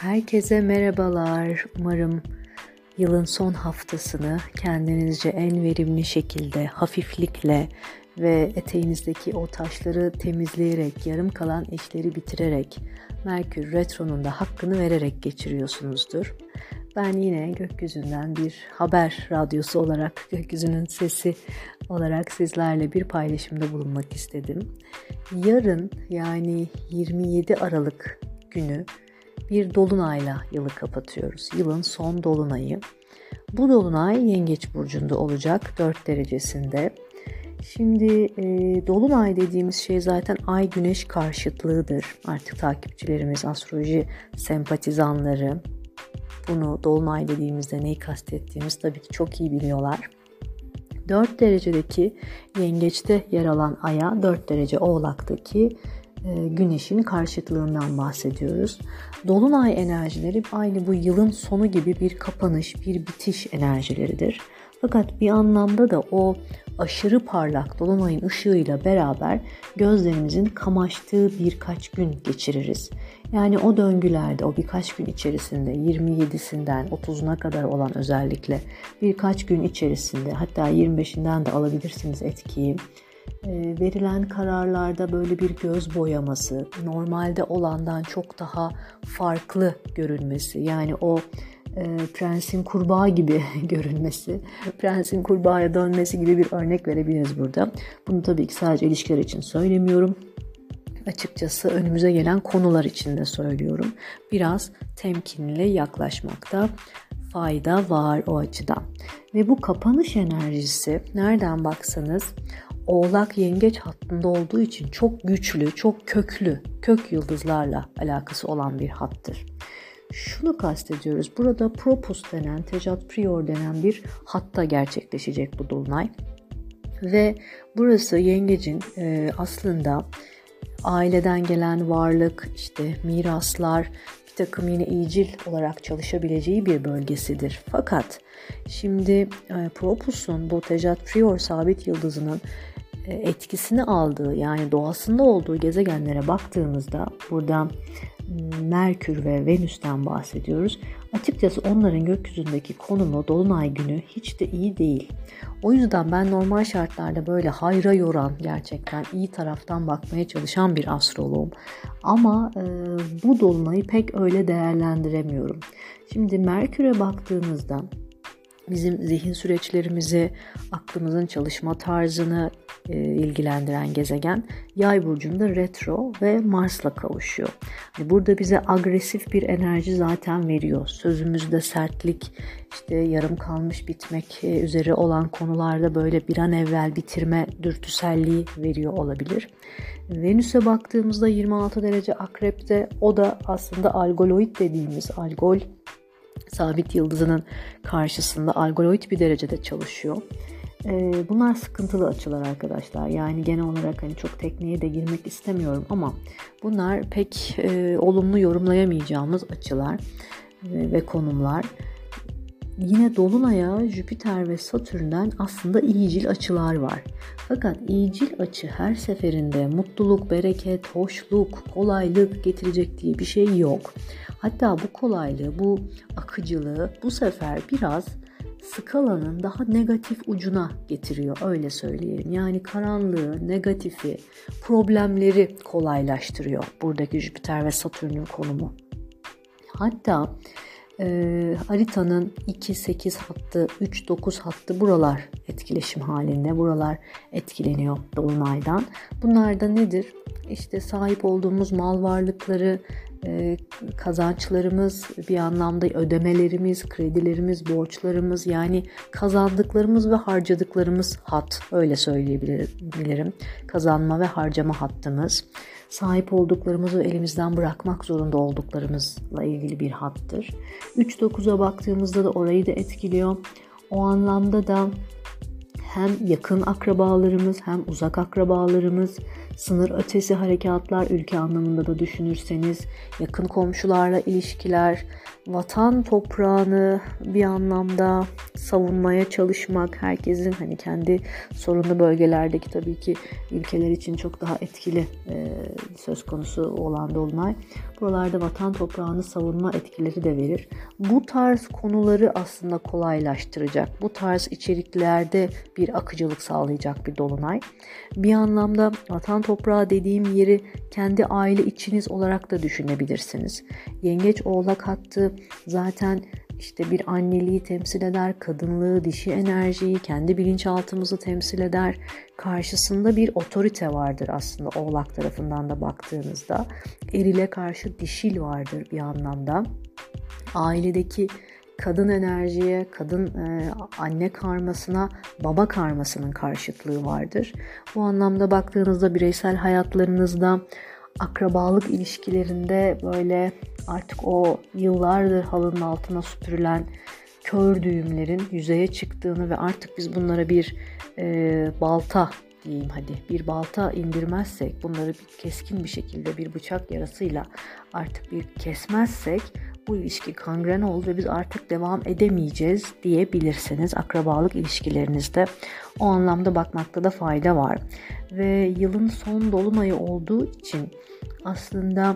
Herkese merhabalar. Umarım yılın son haftasını kendinizce en verimli şekilde, hafiflikle ve eteğinizdeki o taşları temizleyerek, yarım kalan işleri bitirerek, Merkür Retro'nun da hakkını vererek geçiriyorsunuzdur. Ben yine gökyüzünden bir haber radyosu olarak, gökyüzünün sesi olarak sizlerle bir paylaşımda bulunmak istedim. Yarın yani 27 Aralık günü bir dolunayla yılı kapatıyoruz. Yılın son dolunayı. Bu dolunay Yengeç burcunda olacak 4 derecesinde. Şimdi dolunay dediğimiz şey zaten ay güneş karşıtlığıdır. Artık takipçilerimiz, astroloji sempatizanları bunu dolunay dediğimizde neyi kastettiğimiz tabii ki çok iyi biliyorlar. 4 derecedeki yengeçte yer alan aya 4 derece oğlaktaki güneşin karşıtlığından bahsediyoruz. Dolunay enerjileri aynı bu yılın sonu gibi bir kapanış, bir bitiş enerjileridir. Fakat bir anlamda da o aşırı parlak dolunayın ışığıyla beraber gözlerimizin kamaştığı birkaç gün geçiririz. Yani o döngülerde, o birkaç gün içerisinde 27'sinden 30'una kadar olan özellikle birkaç gün içerisinde, hatta 25'inden de alabilirsiniz etkiyi. Verilen kararlarda böyle bir göz boyaması, normalde olandan çok daha farklı görünmesi, yani o prensin kurbağa gibi görünmesi, prensin kurbağaya dönmesi gibi bir örnek verebiliriz burada. Bunu tabii ki sadece ilişkiler için söylemiyorum. Açıkçası önümüze gelen konular için de söylüyorum. Biraz temkinli yaklaşmakta fayda var o açıdan. Ve bu kapanış enerjisi nereden baksanız Oğlak Yengeç hattında olduğu için çok güçlü, çok köklü, kök yıldızlarla alakası olan bir hattır. Şunu kastediyoruz. Burada Propus denen, Tejat Prior denen bir hatta gerçekleşecek bu dolunay. Ve burası Yengecin aslında aileden gelen varlık, işte miraslar, bir takım yine iyicil olarak çalışabileceği bir bölgesidir. Fakat şimdi Propus'un bu Tejat Prior sabit yıldızının etkisini aldığı, yani doğasında olduğu gezegenlere baktığımızda burada Merkür ve Venüs'ten bahsediyoruz. Açıkçası onların gökyüzündeki konumu dolunay günü hiç de iyi değil. O yüzden ben normal şartlarda böyle hayra yoran, gerçekten iyi taraftan bakmaya çalışan bir astroloğum. Ama bu dolunayı pek öyle değerlendiremiyorum. Şimdi Merkür'e baktığımızda bizim zihin süreçlerimizi, aklımızın çalışma tarzını ilgilendiren gezegen Yay burcunda retro ve Mars'la kavuşuyor. Burada bize agresif bir enerji zaten veriyor. Sözümüzde sertlik, işte yarım kalmış bitmek üzere olan konularda böyle bir an evvel bitirme dürtüselliği veriyor olabilir. Venüs'e baktığımızda 26 derece Akrep'te, o da aslında algoloid dediğimiz algol sabit yıldızının karşısında algoloid bir derecede çalışıyor. Bunlar sıkıntılı açılar arkadaşlar. Yani genel olarak hani çok tekniğe de girmek istemiyorum ama bunlar pek olumlu yorumlayamayacağımız açılar ve konumlar. Yine Dolunay'a Jüpiter ve Satürn'den aslında iyicil açılar var. Fakat iyicil açı her seferinde mutluluk, bereket, hoşluk, kolaylık getirecek diye bir şey yok. Hatta bu kolaylığı, bu akıcılığı bu sefer biraz skalanın daha negatif ucuna getiriyor, öyle söyleyelim. Yani karanlığı, negatifi, problemleri kolaylaştırıyor buradaki Jüpiter ve Satürn'ün konumu. Hatta haritanın 2-8 hattı, 3-9 hattı buralar etkileşim halinde. Buralar etkileniyor Dolunay'dan. Bunlar da nedir? İşte sahip olduğumuz mal varlıkları, kazançlarımız, bir anlamda ödemelerimiz, kredilerimiz, borçlarımız, yani kazandıklarımız ve harcadıklarımız hat, öyle söyleyebilirim. Kazanma ve harcama hattımız, sahip olduklarımızı ve elimizden bırakmak zorunda olduklarımızla ilgili bir hattır. 3-9'a baktığımızda da orayı da etkiliyor. O anlamda da hem yakın akrabalarımız hem uzak akrabalarımız, sınır ötesi harekatlar, ülke anlamında da düşünürseniz, yakın komşularla ilişkiler, vatan toprağını bir anlamda savunmaya çalışmak, herkesin hani kendi sorunlu bölgelerdeki tabii ki ülkeler için çok daha etkili söz konusu olan dolunay. Buralarda vatan toprağını savunma etkileri de verir. Bu tarz konuları aslında kolaylaştıracak. Bu tarz içeriklerde bir akıcılık sağlayacak bir dolunay. Bir anlamda vatan toprağı dediğim yeri kendi aile içiniz olarak da düşünebilirsiniz. Yengeç Oğlak hattı zaten işte bir anneliği temsil eder, kadınlığı, dişi enerjiyi, kendi bilinçaltımızı temsil eder. Karşısında bir otorite vardır aslında Oğlak tarafından da baktığınızda. Erile karşı dişil vardır bir anlamda. Ailedeki kadın enerjiye, kadın anne karmasına, baba karmasının karşıtlığı vardır. Bu anlamda baktığınızda bireysel hayatlarınızda, akrabalık ilişkilerinde böyle artık o yıllardır halının altına süpürülen kör düğümlerin yüzeye çıktığını ve artık biz bunlara bir balta diyeyim bir balta indirmezsek, bunları bir keskin bir şekilde bir bıçak yarasıyla artık bir kesmezsek bu ilişki kangren oldu ve biz artık devam edemeyeceğiz diyebilirsiniz akrabalık ilişkilerinizde. O anlamda bakmakta da fayda var. Ve yılın son dolunayı olduğu için aslında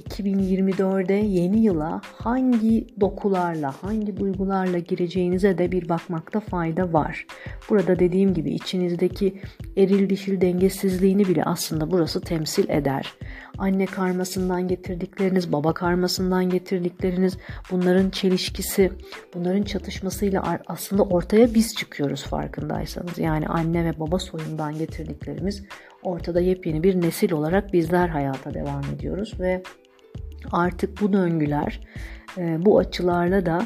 2024'de yeni yıla hangi dokularla, hangi duygularla gireceğinize de bir bakmakta fayda var. Burada dediğim gibi içinizdeki eril dişil dengesizliğini bile aslında burası temsil eder. Anne karmasından getirdikleriniz, baba karmasından getirdikleriniz, bunların çelişkisi, bunların çatışmasıyla aslında ortaya biz çıkıyoruz farkındaysanız. Yani anne ve baba soyundan getirdiklerimiz ortada yepyeni bir nesil olarak bizler hayata devam ediyoruz ve artık bu döngüler bu açılarla da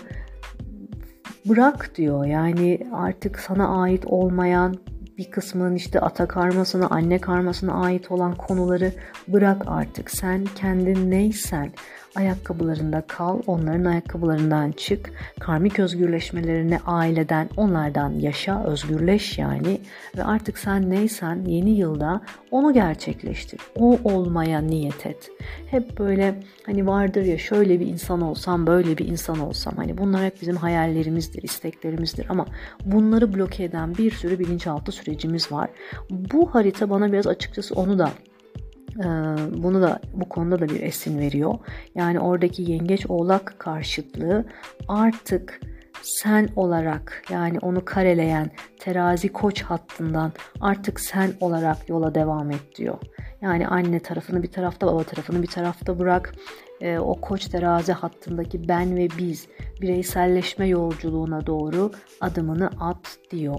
bırak diyor. Yani artık sana ait olmayan bir kısmının işte ata karmasına, anne karmasına ait olan konuları bırak artık. Sen kendin neysen ayakkabılarında kal, onların ayakkabılarından çık. Karmik özgürleşmelerini aileden, onlardan yaşa, özgürleş yani. Ve artık sen neysen yeni yılda onu gerçekleştir. O olmaya niyet et. Hep böyle hani vardır ya, şöyle bir insan olsam, böyle bir insan olsam. Hani bunlar hep bizim hayallerimizdir, isteklerimizdir ama bunları bloke eden bir sürü bilinçaltı sürecimiz var. Bu harita bana biraz açıkçası bunu da bu konuda da bir esin veriyor. Yani oradaki yengeç oğlak karşıtlığı artık sen olarak, yani onu kareleyen terazi koç hattından artık sen olarak yola devam et diyor. Yani anne tarafını bir tarafta, baba tarafını bir tarafta bırak. O koç terazi hattındaki ben ve biz bireyselleşme yolculuğuna doğru adımını at diyor.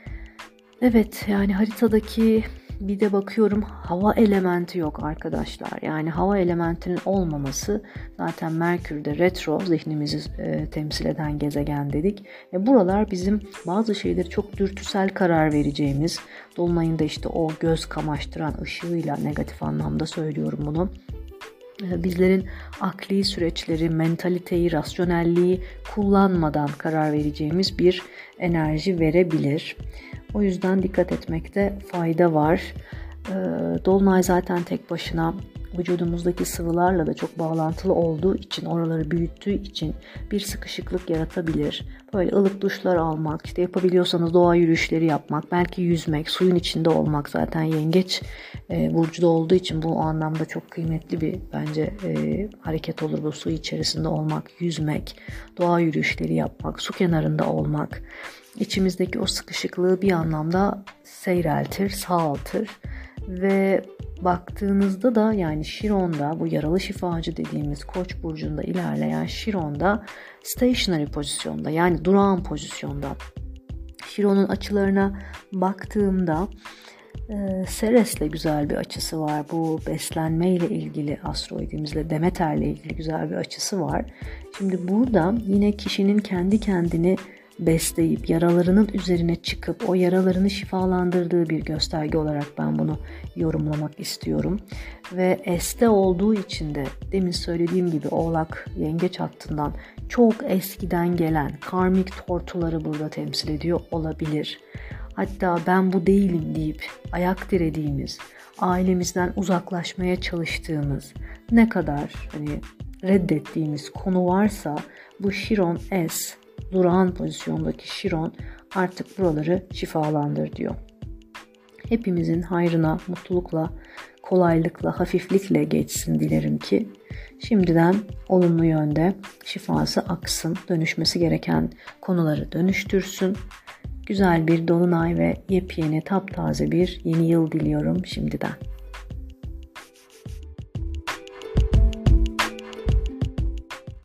Evet, yani haritadaki bir de bakıyorum hava elementi yok arkadaşlar. Yani hava elementinin olmaması, zaten Merkür'de retro, zihnimizi temsil eden gezegen dedik. Buralar bizim bazı şeyleri çok dürtüsel karar vereceğimiz, dolunayın da işte o göz kamaştıran ışığıyla, negatif anlamda söylüyorum bunu, bizlerin akli süreçleri, mentaliteyi, rasyonelliği kullanmadan karar vereceğimiz bir enerji verebilir. O yüzden dikkat etmekte fayda var. Dolunay zaten tek başına vücudumuzdaki sıvılarla da çok bağlantılı olduğu için, oraları büyüttüğü için bir sıkışıklık yaratabilir. Böyle ılık duşlar almak, işte yapabiliyorsanız doğa yürüyüşleri yapmak, belki yüzmek, suyun içinde olmak, zaten yengeç burcuda olduğu için bu anlamda çok kıymetli bir bence hareket olur bu, su içerisinde olmak, yüzmek, doğa yürüyüşleri yapmak, su kenarında olmak. İçimizdeki o sıkışıklığı bir anlamda seyreltir, sağaltır ve baktığınızda da yani Şiron'da, bu yaralı şifacı dediğimiz Koç burcunda ilerleyen Şiron'da stationary pozisyonda, yani durağan pozisyonda. Şiron'un açılarına baktığımda Ceres'le güzel bir açısı var. Bu beslenmeyle ilgili, asteroidimizle, Demeter'le ilgili güzel bir açısı var. Şimdi burada yine kişinin kendi kendini besleyip yaralarının üzerine çıkıp o yaralarını şifalandırdığı bir gösterge olarak ben bunu yorumlamak istiyorum. Ve S'te olduğu için de demin söylediğim gibi Oğlak Yengeç hattından çok eskiden gelen karmik tortuları burada temsil ediyor olabilir. hatta ben bu değilim deyip ayak dirediğimiz, ailemizden uzaklaşmaya çalıştığımız, ne kadar reddettiğimiz konu varsa bu Şiron S, durağan pozisyondaki Şiron artık buraları şifalandır diyor. Hepimizin hayrına, mutlulukla, kolaylıkla, hafiflikle geçsin dilerim ki şimdiden olumlu yönde şifası aksın, dönüşmesi gereken konuları dönüştürsün. Güzel bir dolunay ve yepyeni taptaze bir yeni yıl diliyorum şimdiden.